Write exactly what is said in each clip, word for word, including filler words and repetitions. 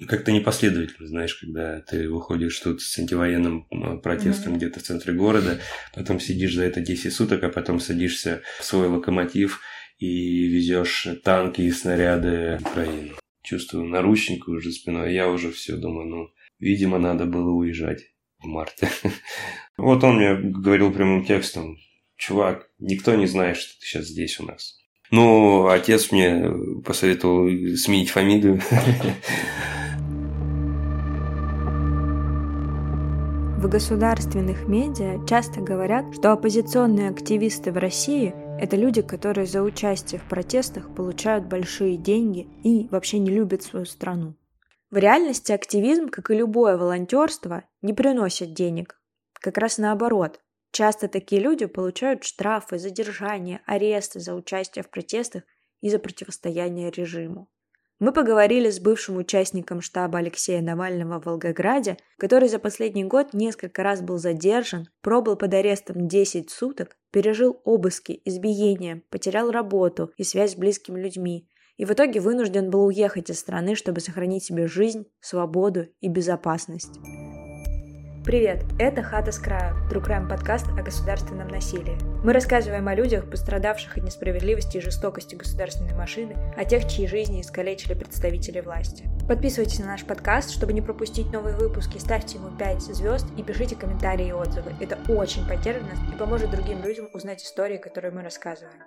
как-то непоследовательно, знаешь, когда ты выходишь тут с антивоенным протестом mm-hmm. где-то в центре города, потом сидишь за это десять суток, а потом садишься в свой локомотив и везешь танки и снаряды в Украину. Чувствую наручники уже спиной, я уже все думаю, ну, видимо, надо было уезжать в марте. Вот он мне говорил прямым текстом: чувак, никто не знает, что ты сейчас здесь у нас. Ну, отец мне посоветовал сменить фамилию. В государственных медиа часто говорят, что оппозиционные активисты в России – это люди, которые за участие в протестах получают большие деньги и вообще не любят свою страну. В реальности активизм, как и любое волонтерство, не приносит денег. Как раз наоборот. Часто такие люди получают штрафы, задержания, аресты за участие в протестах и за противостояние режиму. Мы поговорили с бывшим участником штаба Алексея Навального в Волгограде, который за последний год несколько раз был задержан, пробыл под арестом десять суток, пережил обыски, избиения, потерял работу и связь с близкими людьми, и в итоге вынужден был уехать из страны, чтобы сохранить себе жизнь, свободу и безопасность. Привет, это «Хата с краю», True Crime подкаст о государственном насилии. Мы рассказываем о людях, пострадавших от несправедливости и жестокости государственной машины, о тех, чьи жизни искалечили представители власти. Подписывайтесь на наш подкаст, чтобы не пропустить новые выпуски, ставьте ему пять звезд и пишите комментарии и отзывы. Это очень поддержит нас и поможет другим людям узнать истории, которые мы рассказываем.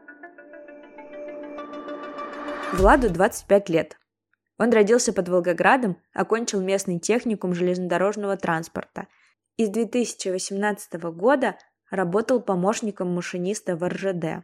Владу двадцать пять лет. Он родился под Волгоградом, окончил местный техникум железнодорожного транспорта и с две тысячи восемнадцатого года работал помощником машиниста в эр жэ дэ.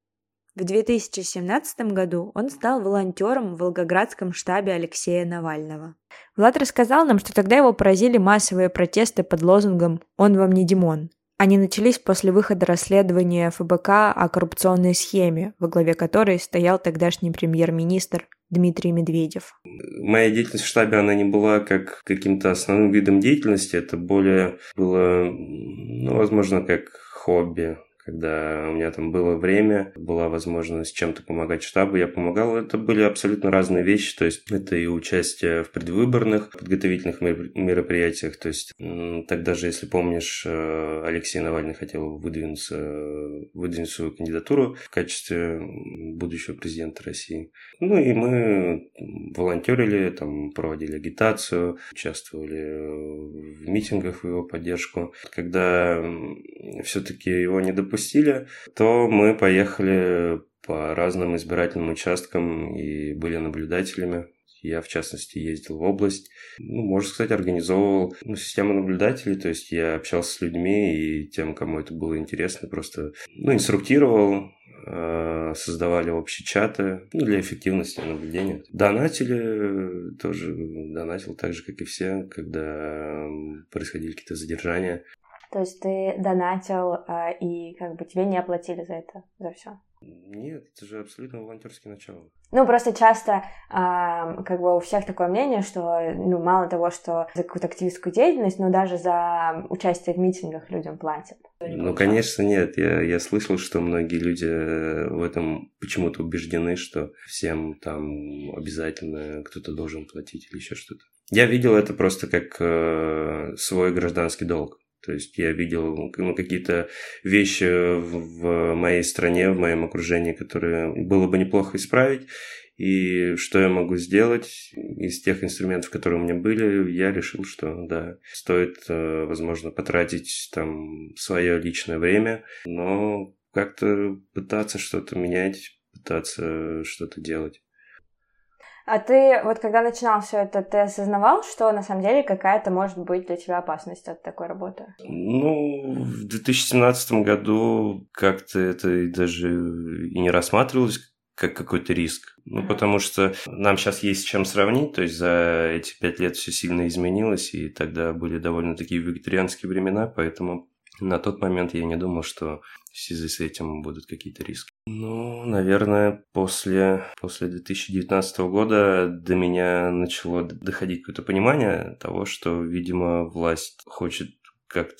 В две тысячи семнадцатом году он стал волонтером в волгоградском штабе Алексея Навального. Влад рассказал нам, что тогда его поразили массовые протесты под лозунгом «Он вам не Димон». Они начались после выхода расследования эф бэ ка о коррупционной схеме, во главе которой стоял тогдашний премьер-министр Дмитрий Медведев. Моя деятельность в штабе, она не была как каким-то основным видом деятельности, это более было, ну, возможно, как хобби. Когда у меня там было время, была возможность чем-то помогать штабу, я помогал. Это были абсолютно разные вещи. То есть это и участие в предвыборных подготовительных мероприятиях. То есть тогда же, если помнишь, Алексей Навальный хотел выдвинуться, выдвинуть свою кандидатуру в качестве будущего президента России. Ну и мы волонтерили, там, проводили агитацию, участвовали в митингах в его поддержку. Когда все-таки его не допустили, то мы поехали по разным избирательным участкам и были наблюдателями. Я, в частности, ездил в область. Ну, можно сказать, организовывал ну, систему наблюдателей. То есть я общался с людьми и тем, кому это было интересно, просто ну, инструктировал, создавали общие чаты ну, для эффективности наблюдения. Донатили тоже, донатил так же, как и все, когда происходили какие-то задержания. То есть ты донатил, а, и как бы тебе не оплатили за это, за все? Нет, это же абсолютно волонтерские начала. Ну, просто часто а, как бы у всех такое мнение, что ну, мало того, что за какую-то активистскую деятельность, но даже за участие в митингах людям платят. Ну, конечно, нет. Я, я слышал, что многие люди в этом почему-то убеждены, что всем там обязательно кто-то должен платить или еще что-то. Я видел это просто как э, свой гражданский долг. То есть я видел ну, какие-то вещи в, в моей стране, в моем окружении, которые было бы неплохо исправить. И что я могу сделать из тех инструментов, которые у меня были, я решил, что да, стоит, возможно, потратить там свое личное время, но как-то пытаться что-то менять, пытаться что-то делать. А ты, вот когда начинал все это, ты осознавал, что на самом деле какая-то может быть для тебя опасность от такой работы? Ну, в две тысячи семнадцатом году как-то это даже и не рассматривалось как какой-то риск. Ну, потому что нам сейчас есть с чем сравнить, то есть за эти пять лет все сильно изменилось, и тогда были довольно такие вегетарианские времена, поэтому на тот момент я не думал, что в связи с этим будут какие-то риски. Ну, наверное, после, после две тысячи девятнадцатого года до меня начало доходить какое-то понимание того, что, видимо, власть хочет как-то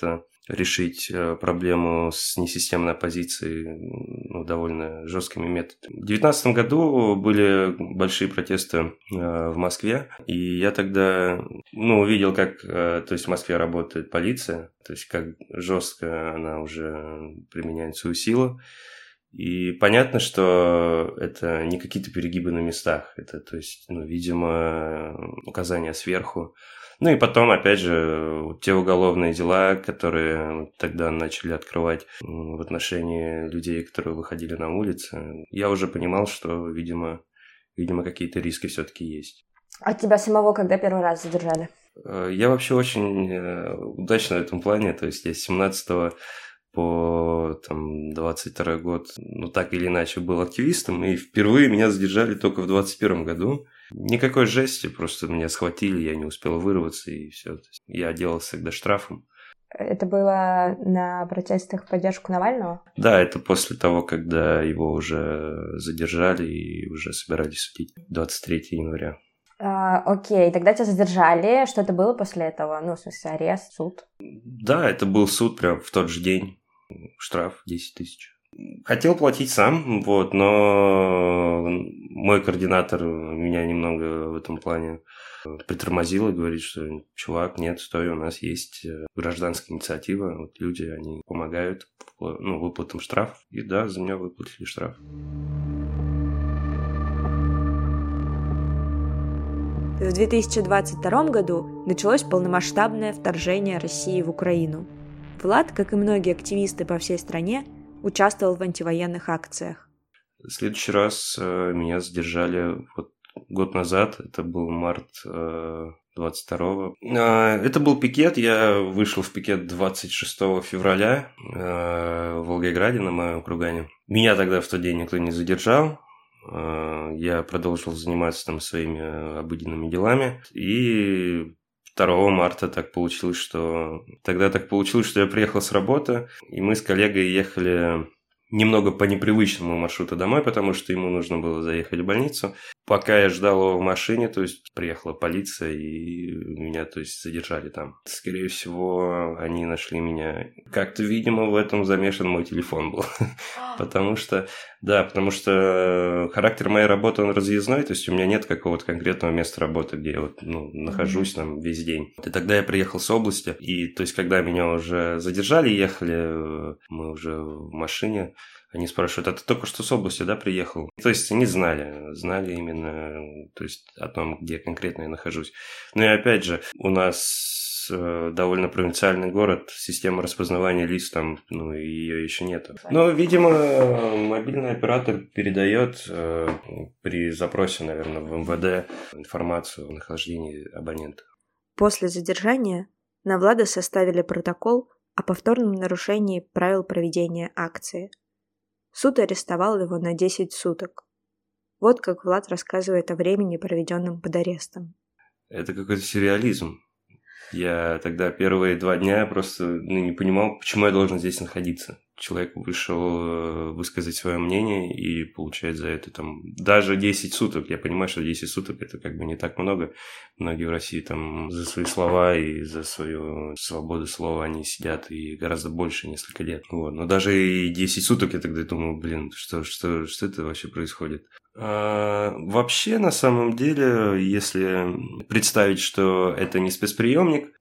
решить проблему с несистемной оппозицией ну, довольно жесткими методами. В две тысячи девятнадцатом году были большие протесты в Москве, и я тогда ну, увидел, как то есть в Москве работает полиция, то есть как жестко она уже применяет свою силу. И понятно, что это не какие-то перегибы на местах, это, то есть, ну, видимо, указания сверху. Ну и потом, опять же, те уголовные дела, которые тогда начали открывать в отношении людей, которые выходили на улицы, я уже понимал, что, видимо, видимо, какие-то риски все-таки есть. А тебя самого когда первый раз задержали? Я вообще очень удачно в этом плане, то есть я с семнадцатого по там, двадцать второй год, ну так или иначе, был активистом, и впервые меня задержали только в двадцать первом году. Никакой жести, просто меня схватили, я не успел вырваться, и все. Я отделался тогда штрафом. Это было на протестах в поддержку Навального? Да, это после того, когда его уже задержали и уже собирались судить двадцать третьего января. А, окей, тогда тебя задержали. Что это было после этого? Ну, в смысле, арест, суд? Да, это был суд прям в тот же день. Штраф десять тысяч. Хотел платить сам, вот, но мой координатор меня немного в этом плане притормозил и говорит, что чувак, нет, стой, у нас есть гражданская инициатива, вот люди, они помогают ну, выплатам штрафов. И да, за меня выплатили штраф. В две тысячи двадцать втором году началось полномасштабное вторжение России в Украину. Влад, как и многие активисты по всей стране, участвовал в антивоенных акциях. В следующий раз э, меня задержали вот год назад, это был март двадцать второго. Э, это был пикет, я вышел в пикет двадцать шестого февраля э, в Волгограде на моем кургане. Меня тогда в тот день никто не задержал. Я продолжил заниматься там своими обыденными делами. И второго марта так получилось, что... Тогда так получилось, что я приехал с работы, и мы с коллегой ехали немного по непривычному маршруту домой, потому что ему нужно было заехать в больницу. Пока я ждал его в машине, то есть приехала полиция, и меня, то есть, задержали там. Скорее всего, они нашли меня... Как-то, видимо, в этом замешан мой телефон был. Потому что, да, потому что характер моей работы, он разъездной, то есть у меня нет какого-то конкретного места работы, где я вот, ну, нахожусь там весь день. И тогда я приехал с области, и, то есть, когда меня уже задержали, ехали, мы уже в машине, они спрашивают, а ты только что с области, да, приехал? То есть они знали, знали именно, то есть о том, где конкретно я нахожусь. Ну и опять же, у нас э, довольно провинциальный город, система распознавания лиц там, ну, ее еще нет. Но, видимо, мобильный оператор передает э, при запросе, наверное, в эм вэ дэ информацию о нахождении абонента. После задержания на Влада составили протокол о повторном нарушении правил проведения акции. Суд арестовал его на десять суток. Вот как Влад рассказывает о времени, проведенном под арестом. Это какой-то сюрреализм. Я тогда первые два дня просто ну, не понимал, почему я должен здесь находиться. Человек вышел высказать свое мнение и получает за это там даже десять суток. Я понимаю, что десять суток это как бы не так много. Многие в России там за свои слова и за свою свободу слова они сидят и гораздо больше, несколько лет. Вот. Но даже и десять суток я тогда думаю, блин, что, что, что это вообще происходит? А, вообще, на самом деле, если представить, что это не спецприемник,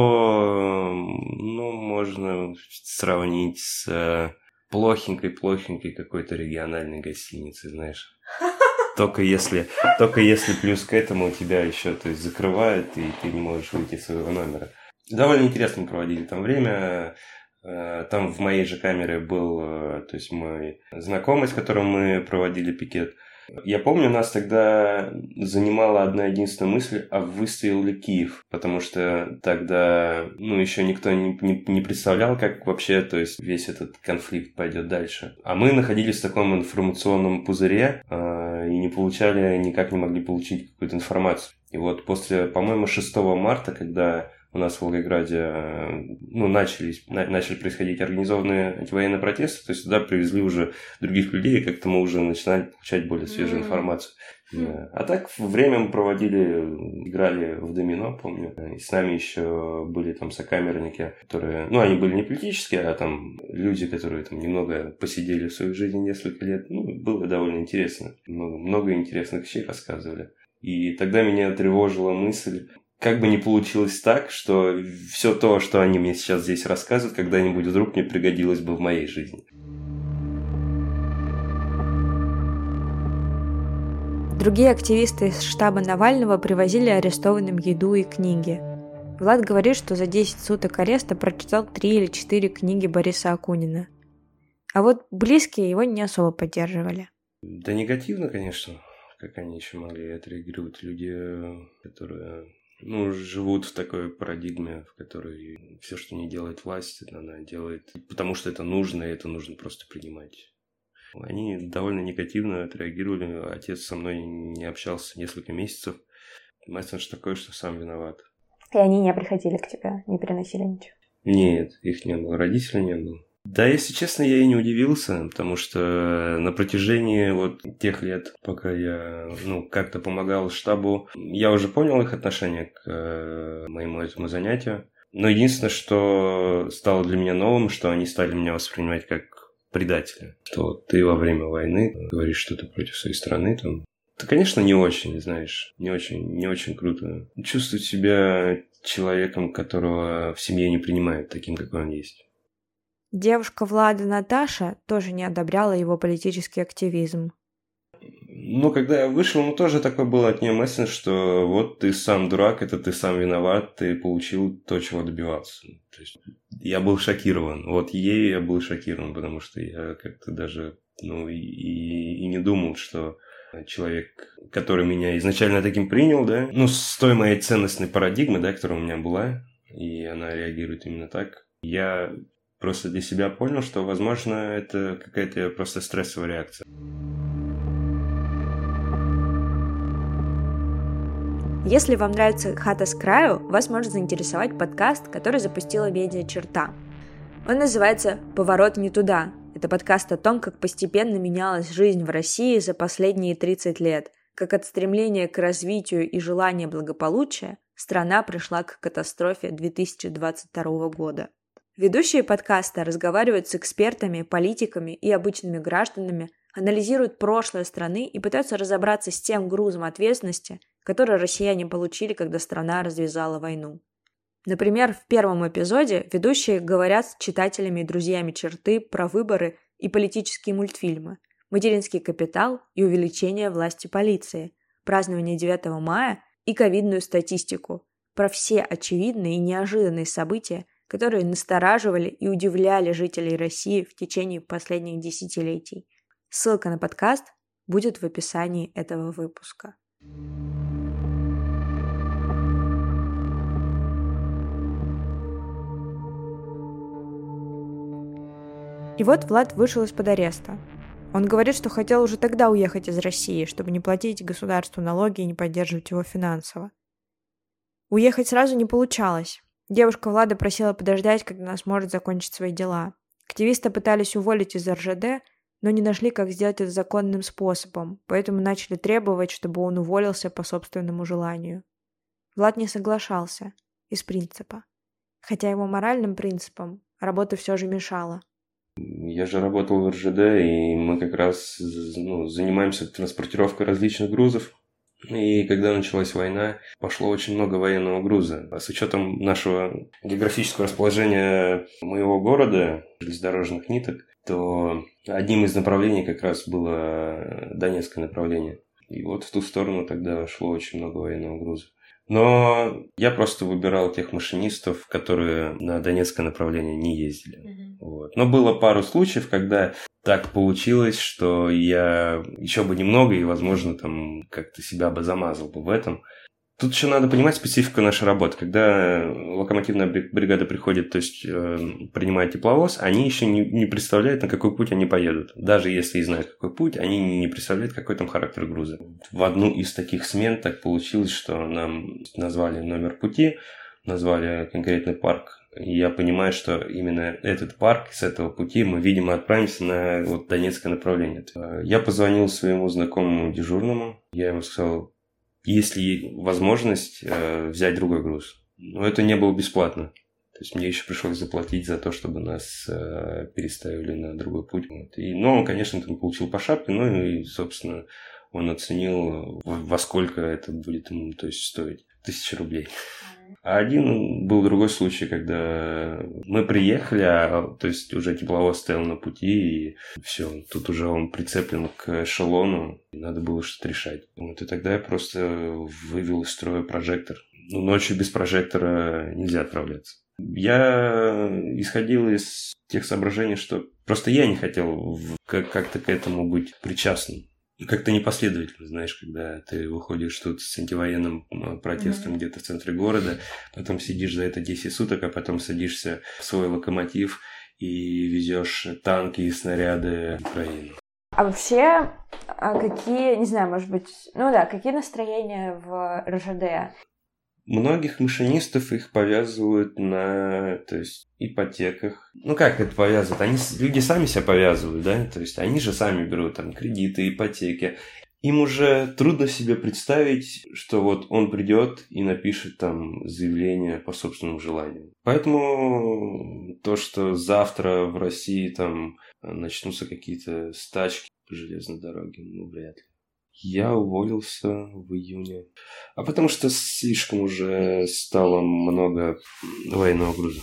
то ну, можно сравнить с плохенькой-плохенькой какой-то региональной гостиницей, знаешь. Только если, только если плюс к этому тебя еще то есть, закрывают, и ты не можешь выйти из своего номера. Довольно интересно мы проводили там время. Там в моей же камере был то есть, мой знакомый, с которым мы проводили пикет. Я помню, нас тогда занимала одна единственная мысль, а выстоял ли Киев? Потому что тогда, ну, еще никто не, не, не представлял, как вообще, то есть, весь этот конфликт пойдет дальше. А мы находились в таком информационном пузыре э, и не получали, никак не могли получить какую-то информацию. И вот после, по-моему, шестого марта, когда у нас в Волгограде ну, начались, на, начали происходить организованные антивоенные протесты, то есть туда привезли уже других людей, и как-то мы уже начинали получать более свежую mm-hmm. информацию. Да. А так время мы проводили, играли в домино, помню. И с нами еще были там сокамерники, которые... Ну, они были не политические, а там люди, которые там немного посидели в своей жизни несколько лет. Ну, было довольно интересно. Много, много интересных вещей рассказывали. И тогда меня тревожила мысль, как бы ни получилось так, что все то, что они мне сейчас здесь рассказывают, когда-нибудь вдруг мне пригодилось бы в моей жизни. Другие активисты из штаба Навального привозили арестованным еду и книги. Влад говорит, что за десять суток ареста прочитал три или четыре книги Бориса Акунина. А вот близкие его не особо поддерживали. Да негативно, конечно, как они еще могли отреагировать. Люди, которые ну, живут в такой парадигме, в которой все, что не делает власть, она делает, потому что это нужно, и это нужно просто принимать. Они довольно негативно отреагировали. Отец со мной не общался несколько месяцев. Мессендж такой, что сам виноват. И они не приходили к тебе, не переносили ничего? Нет, их не было, родителей не было. Да, если честно, я и не удивился, потому что на протяжении вот тех лет, пока я ну, как-то помогал штабу, я уже понял их отношение к моему этому занятию. Но единственное, что стало для меня новым, что они стали меня воспринимать как предателя. Что ты во время войны говоришь что-то против своей страны. Там. Это, конечно, не очень, знаешь, не очень, не очень круто. Чувствовать себя человеком, которого в семье не принимают таким, какой он есть. Девушка Влада Наташа тоже не одобряла его политический активизм. Ну, когда я вышел, ну, тоже такой был от нее месседж, что вот ты сам дурак, это ты сам виноват, ты получил то, чего добивался. То есть я был шокирован. Вот ей я был шокирован, потому что я как-то даже, ну, и, и не думал, что человек, который меня изначально таким принял, да, ну, с той моей ценностной парадигмы, да, которая у меня была, и она реагирует именно так, я просто для себя понял, что, возможно, это какая-то просто стрессовая реакция. Если вам нравится «Хата с краю», вас может заинтересовать подкаст, который запустила медиа «Черта». Он называется «Поворот не туда». Это подкаст о том, как постепенно менялась жизнь в России за последние тридцать лет, как от стремления к развитию и желания благополучия страна пришла к катастрофе две тысячи двадцать второго года. Ведущие подкаста разговаривают с экспертами, политиками и обычными гражданами, анализируют прошлое страны и пытаются разобраться с тем грузом ответственности, который россияне получили, когда страна развязала войну. Например, в первом эпизоде ведущие говорят с читателями и друзьями «Черты» про выборы и политические мультфильмы, материнский капитал и увеличение власти полиции, празднование девятого мая и ковидную статистику, про все очевидные и неожиданные события, которые настораживали и удивляли жителей России в течение последних десятилетий. Ссылка на подкаст будет в описании этого выпуска. И вот Влад вышел из-под ареста. Он говорит, что хотел уже тогда уехать из России, чтобы не платить государству налоги и не поддерживать его финансово. Уехать сразу не получалось. Девушка Влада просила подождать, когда она сможет закончить свои дела. Активисты пытались уволить из эр жэ дэ, но не нашли, как сделать это законным способом, поэтому начали требовать, чтобы он уволился по собственному желанию. Влад не соглашался, из принципа. Хотя его моральным принципам работа все же мешала. Я же работал в эр жэ дэ, и мы как раз ну, занимаемся транспортировкой различных грузов. И когда началась война, пошло очень много военного груза. А с учетом нашего географического расположения моего города, железнодорожных ниток, то одним из направлений как раз было Донецкое направление. И вот в ту сторону тогда шло очень много военного груза. Но я просто выбирал тех машинистов, которые на Донецкое направление не ездили. Mm-hmm. Вот. Но было пару случаев, когда так получилось, что я еще бы немного и, возможно, там как-то себя бы замазал бы в этом. Тут еще надо понимать специфику нашей работы. Когда локомотивная бригада приходит, то есть э, принимает тепловоз, они еще не, не представляют, на какой путь они поедут. Даже если и знают, какой путь, они не представляют, какой там характер груза. В одну из таких смен так получилось, что нам назвали номер пути, назвали конкретный парк. И я понимаю, что именно этот парк, с этого пути мы, видимо, отправимся на вот Донецкое направление. Я позвонил своему знакомому дежурному. Я ему сказал, есть ли возможность э, взять другой груз. Но это не было бесплатно. То есть мне еще пришлось заплатить за то, чтобы нас э, переставили на другой путь. Вот. И, ну, он, конечно, там получил по шапке, ну и, собственно, он оценил, во сколько это будет ему, то есть, стоить. Тысяча рублей. А один был другой случай, когда мы приехали, а, то есть уже тепловоз стоял на пути, и все, тут уже он прицеплен к эшелону, и надо было что-то решать. Вот, и тогда я просто вывел из строя прожектор. Ну, ночью без прожектора нельзя отправляться. Я исходил из тех соображений, что просто я не хотел как-то к этому быть причастным. И как-то непоследовательно, знаешь, когда ты выходишь тут с антивоенным протестом mm-hmm. где-то в центре города, потом сидишь за это десять суток, а потом садишься в свой локомотив и везешь танки и снаряды в Украину. А вообще, а какие, не знаю, может быть, ну да, какие настроения в РЖД? Многих машинистов их повязывают на, то есть, ипотеках. Ну, как это повязывают? Они, люди сами себя повязывают, да? То есть, они же сами берут там кредиты, ипотеки. Им уже трудно себе представить, что вот он придет и напишет там заявление по собственному желанию. Поэтому то, что завтра в России там начнутся какие-то стачки по железной дороге, ну, вряд ли. Я уволился в июне. А потому что слишком уже стало много военного груза.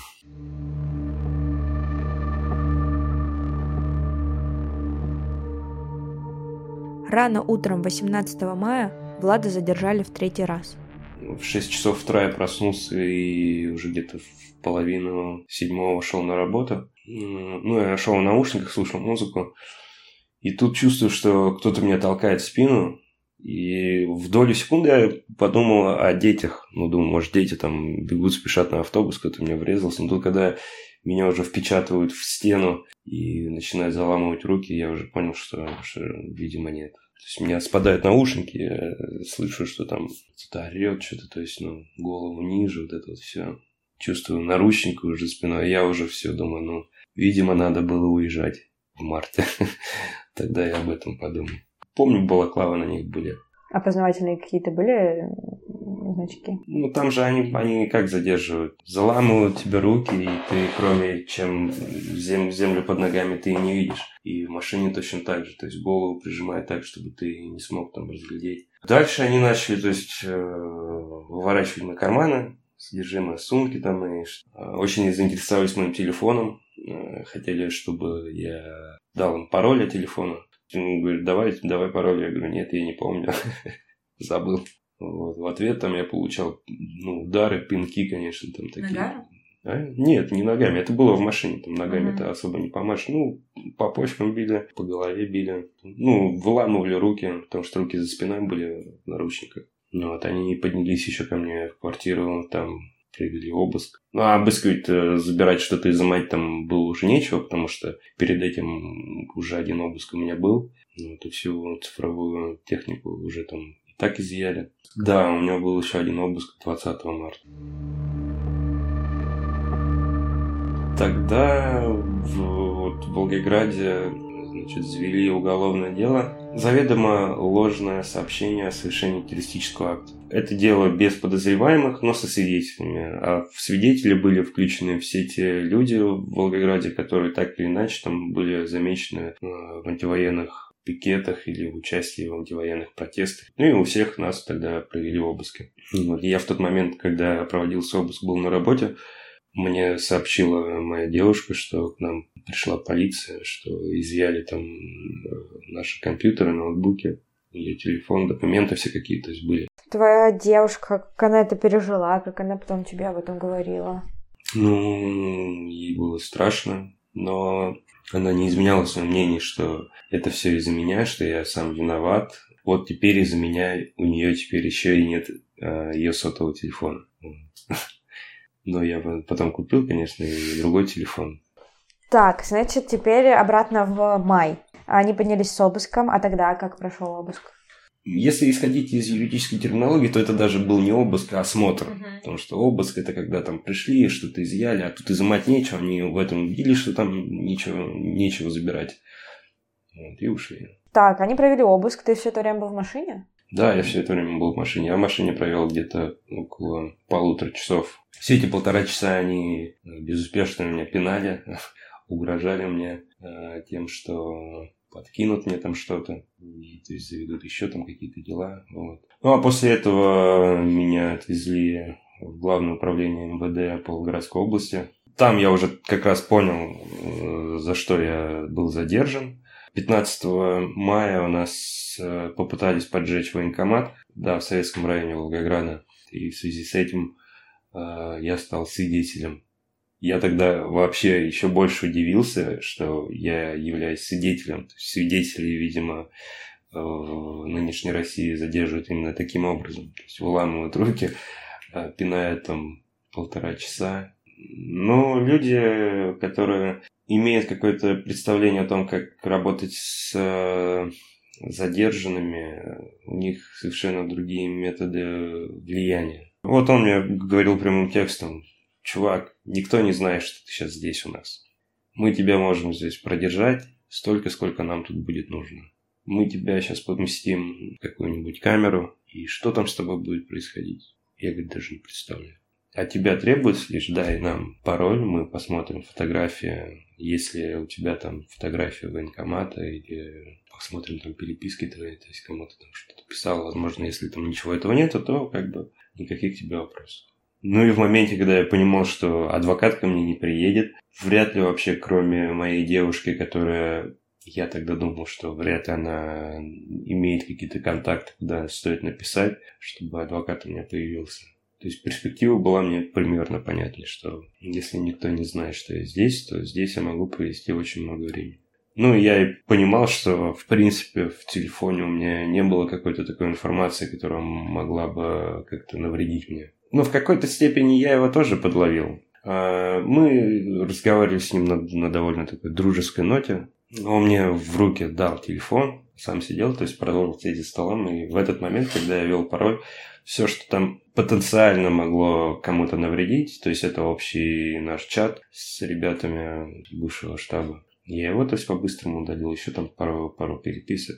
Рано утром восемнадцатого мая Влада задержали в третий раз. В шесть часов утра я проснулся и уже где-то в половину седьмого шел на работу. Ну, я шел в наушниках, слушал музыку. И тут чувствую, что кто-то меня толкает в спину. И в долю секунды я подумал о детях. Ну, думаю, может, дети там бегут, спешат на автобус, кто-то мне врезался. Но тут, когда меня уже впечатывают в стену и начинают заламывать руки, я уже понял, что, что видимо, нет. То есть у меня спадают наушники, я слышу, что там кто-то орёт, что-то, то есть, ну, голову ниже, вот это вот все. Чувствую наручники уже спиной, я уже все думаю, ну, видимо, надо было уезжать в марте. Тогда я об этом подумал. Помню, балаклавы на них были. Опознавательные какие-то были значки? Ну, там же они, они как задерживают? Заламывают тебе руки, и ты, кроме чем зем, землю под ногами, ты и не видишь. И в машине точно так же. То есть голову прижимают так, чтобы ты не смог там разглядеть. Дальше они начали, то есть, выворачивать мои карманы, содержимое сумки там. И очень заинтересовались моим телефоном. Хотели, чтобы я дал им пароль от телефона. Он говорит, давай, давай пароль. Я говорю, нет, я не помню. Забыл. Вот. В ответ там я получал, ну, удары, пинки, конечно, там такие. Ногами? А? Нет, не ногами. Это было в машине. Там ногами это uh-huh. особо не помашь. Ну, по почкам били, по голове били. Ну, выламывали руки, потому что руки за спиной были в наручниках. Ну, вот они поднялись еще ко мне в квартиру, там провели обыск. Ну, а обыскивать, забирать что-то, изымать там было уже нечего, потому что перед этим уже один обыск у меня был. Вот, и всю цифровую технику уже там и так изъяли. Да, у меня был еще один обыск двадцатого марта. Тогда в, вот, в Волгограде, значит, завели уголовное дело. Заведомо ложное сообщение о совершении террористического акта. Это дело без подозреваемых, но со свидетелями. А в свидетели были включены все те люди в Волгограде, которые так или иначе там были замечены в антивоенных пикетах или в участии в антивоенных протестах. Ну и у всех нас тогда провели обыски. Вот. Я в тот момент, когда проводился обыск, был на работе. Мне сообщила моя девушка, что к нам пришла полиция, что изъяли там наши компьютеры, ноутбуки, ее телефон, документы все какие-то то есть были. Твоя девушка, как она это пережила, как она потом тебе об этом говорила? Ну, ей было страшно, но она не изменяла свое мнение, что это все из-за меня, что я сам виноват. Вот теперь из-за меня у нее теперь еще и нет а, ее сотового телефона. Но я потом купил, конечно, и другой телефон. Так, значит, теперь обратно в май. Они поднялись с обыском, а тогда как прошел обыск? Если исходить из юридической терминологии, то это даже был не обыск, а осмотр. Uh-huh. Потому что обыск – это когда там пришли, что-то изъяли, а тут изымать нечего, они в этом убедились, что там ничего, нечего забирать. Вот, и ушли. Так, они провели обыск, ты все это время был в машине? Да, я все это время был в машине. Я в машине провел где-то около полутора часов. Все эти полтора часа они безуспешно меня пинали, угрожали мне э, тем, что подкинут мне там что-то, и, то есть заведут еще там какие-то дела. Вот. Ну, а после этого меня отвезли в Главное управление эм вэ дэ по Волгоградской области. Там я уже как раз понял, за что я был задержан. пятнадцатого мая у нас попытались поджечь военкомат, да, в Советском районе Волгограда. И в связи с этим э, я стал свидетелем. Я тогда вообще еще больше удивился, что я являюсь свидетелем. То есть свидетелей, видимо, в нынешней России задерживают именно таким образом. То есть выламывают руки, пинают там полтора часа. Но люди, которые имеют какое-то представление о том, как работать с задержанными, у них совершенно другие методы влияния. Вот он мне говорил прямым текстом: чувак, никто не знает, что ты сейчас здесь у нас. Мы тебя можем здесь продержать столько, сколько нам тут будет нужно. Мы тебя сейчас поместим в какую-нибудь камеру, и что там с тобой будет происходить? Я, говорит, даже не представляю. От тебя требуется лишь дай нам пароль, мы посмотрим фотографии, если у тебя там фотография военкомата, или посмотрим там переписки твои, то есть кому-то там что-то писал. Возможно, если там ничего этого нет, то как бы никаких тебе вопросов. Ну и в моменте, когда я понимал, что адвокат ко мне не приедет, вряд ли вообще, кроме моей девушки, которая, я тогда думал, что вряд ли она имеет какие-то контакты, куда стоит написать, чтобы адвокат у меня появился. То есть перспектива была мне примерно понятней, что если никто не знает, что я здесь, то здесь я могу провести очень много времени. Ну, и я и понимал, что, в принципе, в телефоне у меня не было какой-то такой информации, которая могла бы как-то навредить мне. Но в какой-то степени я его тоже подловил. Мы разговаривали с ним на, на довольно такой дружеской ноте. Он мне в руки дал телефон, сам сидел, то есть продолжил сидеть за столом. И в этот момент, когда я ввел пароль, все, что там потенциально могло кому-то навредить, то есть это общий наш чат с ребятами бывшего штаба, я его, то есть, по-быстрому удалил, еще там пару, пару переписок.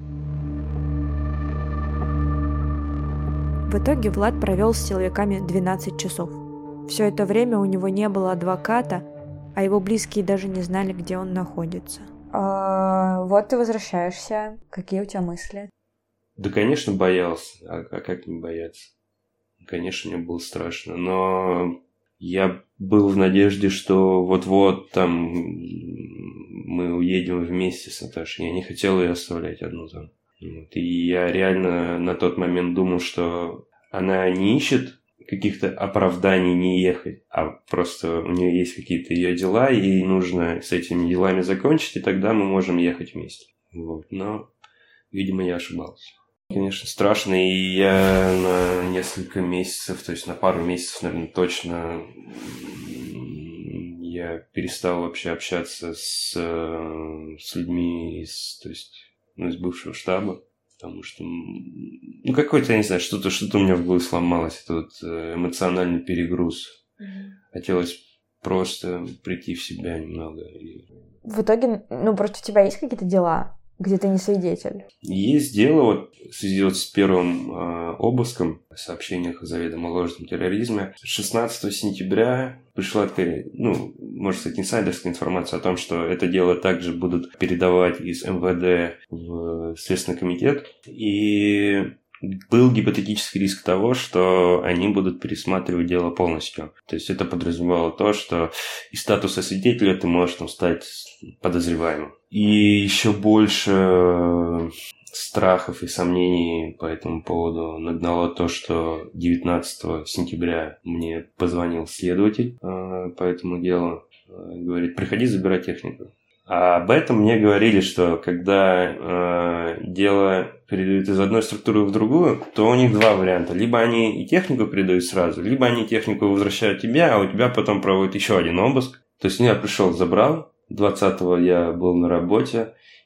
В итоге Влад провел с силовиками двенадцать часов. Все это время у него не было адвоката, а его близкие даже не знали, где он находится. А, вот ты возвращаешься. Какие у тебя мысли? Да, конечно, боялся. А, а как не бояться? Конечно, мне было страшно. Но я был в надежде, что вот-вот там мы уедем вместе с Наташей. Я не хотел ее оставлять одну там. Вот. И я реально на тот момент думал, что она не ищет каких-то оправданий не ехать, а просто у нее есть какие-то ее дела, и ей нужно с этими делами закончить, и тогда мы можем ехать вместе. Вот. Но, видимо, я ошибался. Конечно, страшно, и я на несколько месяцев, то есть на пару месяцев, наверное, точно я перестал вообще общаться с, с людьми из, то есть, ну, из бывшего штаба, потому что, ну, какой-то, я не знаю, что-то, что-то у меня в голове сломалось, это вот эмоциональный перегруз. Mm-hmm. Хотелось просто прийти в себя немного. В итоге, ну, против тебя есть какие-то дела, где ты не свидетель? Есть дело, вот, в связи вот с первым э, обыском, в сообщениях о заведомо ложном терроризме. шестнадцатого сентября пришла такая, ну, можно сказать, инсайдерская информация о том, что это дело также будут передавать из эм вэ дэ в Следственный комитет. И был гипотетический риск того, что они будут пересматривать дело полностью. То есть это подразумевало то, что из статуса свидетеля ты можешь там стать подозреваемым. И еще больше страхов и сомнений по этому поводу нагнало то, что девятнадцатого сентября мне позвонил следователь э, по этому делу. Э, говорит, приходи забирать технику. А об этом мне говорили, что когда э, дело передают из одной структуры в другую, то у них два варианта. Либо они и технику передают сразу, либо они технику возвращают тебе, а у тебя потом проводят еще один обыск. То есть я пришел, забрал. двадцатого я был на работе,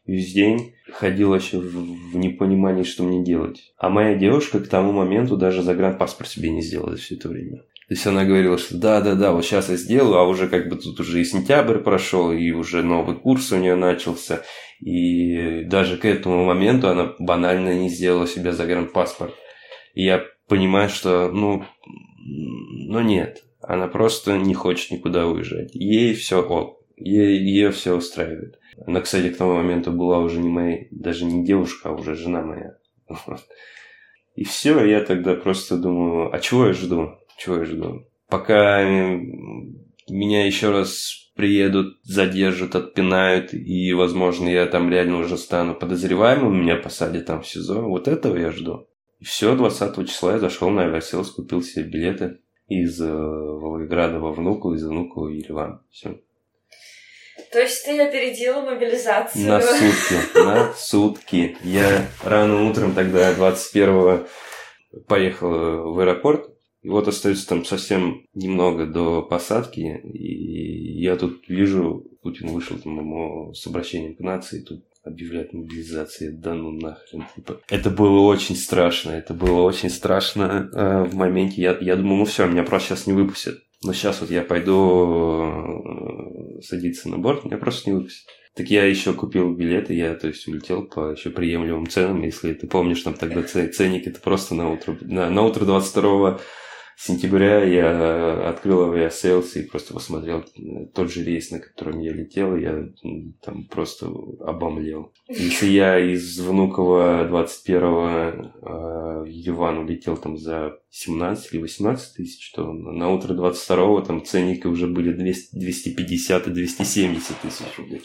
весь день ходил вообще в, в непонимании, что мне делать. А моя девушка к тому моменту даже загранпаспорт себе не сделала за все это время. То есть она говорила, что да-да-да, вот сейчас я сделаю, а уже как бы тут уже и сентябрь прошел, и уже новый курс у нее начался. И даже к этому моменту она банально не сделала себе загранпаспорт. И я понимаю, что, ну, ну нет, она просто не хочет никуда уезжать. Ей все ок, ей, ее все устраивает. Она, кстати, к тому моменту была уже не моя, даже не девушка, а уже жена моя. И все, я тогда просто думаю, а чего я жду? Чего я жду? Пока меня еще раз приедут, задержат, отпинают, и, возможно, я там реально уже стану подозреваемым, меня посадят там в СИЗО. Вот этого я жду. И все, двадцатого числа я зашел на авиасейлс, купил себе билеты из э, Волгограда во Внуково, из Внуково в Ереван. Все. То есть ты опередила мобилизацию? На сутки, на сутки. Я рано утром тогда, двадцать первого, поехал в аэропорт. И вот остается там совсем немного до посадки. И я тут вижу, Путин вышел там ему с обращением к нации, тут объявляет мобилизацию. Да ну нахрен. Типа. Это было очень страшно. Это было очень страшно э, в моменте. Я, я думал, ну все, меня просто сейчас не выпустят. Но сейчас вот я пойду садиться на борт, меня просто не выпустят. Так я еще купил билеты, я, то есть, улетел по еще приемлемым ценам. Если ты помнишь, там тогда ценник, это просто на утро. На, на утро двадцать второго сентября я открыл авиасейлс и просто посмотрел тот же рейс, на котором я летел, и я там просто обомлел. Если я из Внуково двадцать первого в Ереван улетел там за семнадцать или восемнадцать тысяч, то на утро двадцать второго там ценники уже были двести, двести пятьдесят и двести семьдесят тысяч рублей.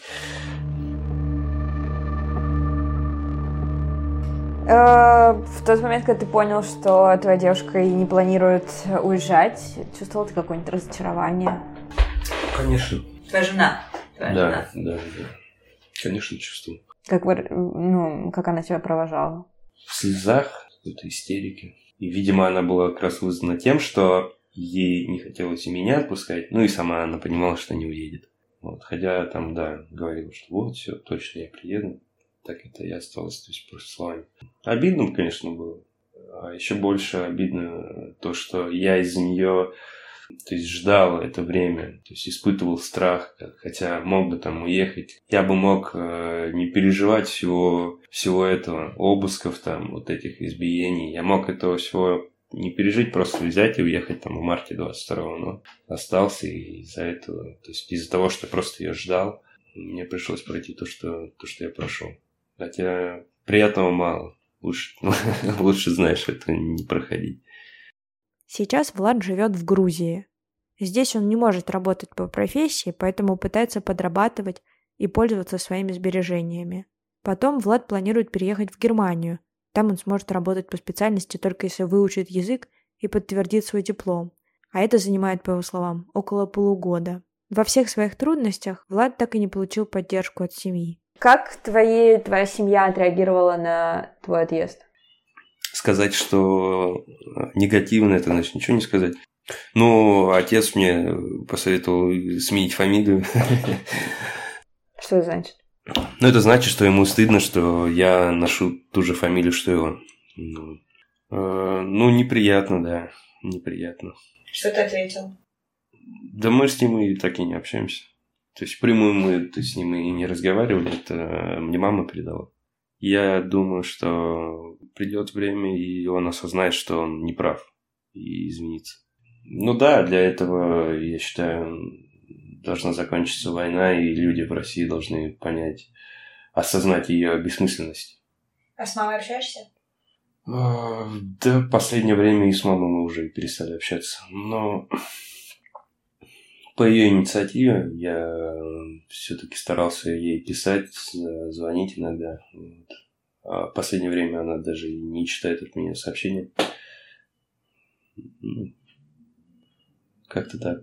В тот момент, когда ты понял, что твоя девушка и не планирует уезжать, чувствовал ты какое-нибудь разочарование? Конечно. Твоя жена? Твоя да, жена. да, да. Конечно, чувствовал. Как, вы, ну, как она тебя провожала? В слезах, в какой-то истерике. И, видимо, она была как раз вызвана тем, что ей не хотелось и меня отпускать, ну и сама она понимала, что не уедет. Вот. Хотя там, да, говорила, что вот, все, точно я приеду. Так это и осталось, то есть просто словами. Обидно, конечно, было. А еще больше обидно то, что я из-за нее, то есть, ждал это время, то есть испытывал страх, хотя мог бы там уехать. Я бы мог э, не переживать всего, всего этого, обысков там, вот этих избиений. Я мог этого всего не пережить, просто взять и уехать там в марте двадцать второго, но остался и из-за этого, то есть из-за того, что просто ее ждал, мне пришлось пройти то, что, то, что я прошел. Хотя приятного мало. Лучше, лучше, знаешь, это не проходить. Сейчас Влад живет в Грузии. Здесь он не может работать по профессии, поэтому пытается подрабатывать и пользоваться своими сбережениями. Потом Влад планирует переехать в Германию. Там он сможет работать по специальности только если выучит язык и подтвердит свой диплом. А это занимает, по его словам, около полугода. Во всех своих трудностях Влад так и не получил поддержку от семьи. Как твои, твоя семья отреагировала на твой отъезд? Сказать, что негативно, это значит ничего не сказать. Ну, отец мне посоветовал сменить фамилию. Что это значит? Ну, это значит, что ему стыдно, что я ношу ту же фамилию, что и он. Ну, ну неприятно, да, неприятно. Что ты ответил? Да мы с ним и так и не общаемся. То есть прямую мы то есть, с ним и не разговаривали, это мне мама передала. Я думаю, что придет время, и он осознает, что он не прав, и изменится. Ну да, для этого, я считаю, должна закончиться война, и люди в России должны понять, осознать ее бессмысленность. А с мамой общаешься? Да, в последнее время и с мамой мы уже перестали общаться. Но по ее инициативе я все-таки старался ей писать, звонить иногда. А в последнее время она даже не читает от меня сообщения. Ну, как-то так.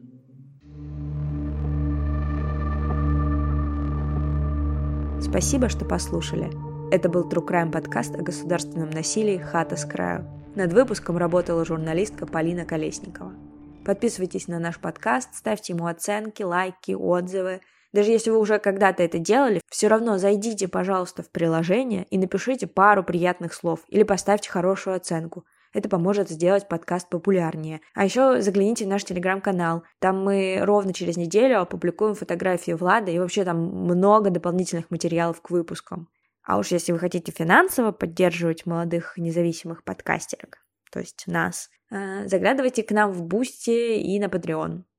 Спасибо, что послушали. Это был True Crime подкаст о государственном насилии «Хата с краю». Над выпуском работала журналистка Полина Колесникова. Подписывайтесь на наш подкаст, ставьте ему оценки, лайки, отзывы. Даже если вы уже когда-то это делали, все равно зайдите, пожалуйста, в приложение и напишите пару приятных слов или поставьте хорошую оценку. Это поможет сделать подкаст популярнее. А еще загляните в наш телеграм-канал. Там мы ровно через неделю опубликуем фотографии Влада и вообще там много дополнительных материалов к выпускам. А уж если вы хотите финансово поддерживать молодых независимых подкастерок, то есть нас, заглядывайте к нам в Бусти и на Patreon.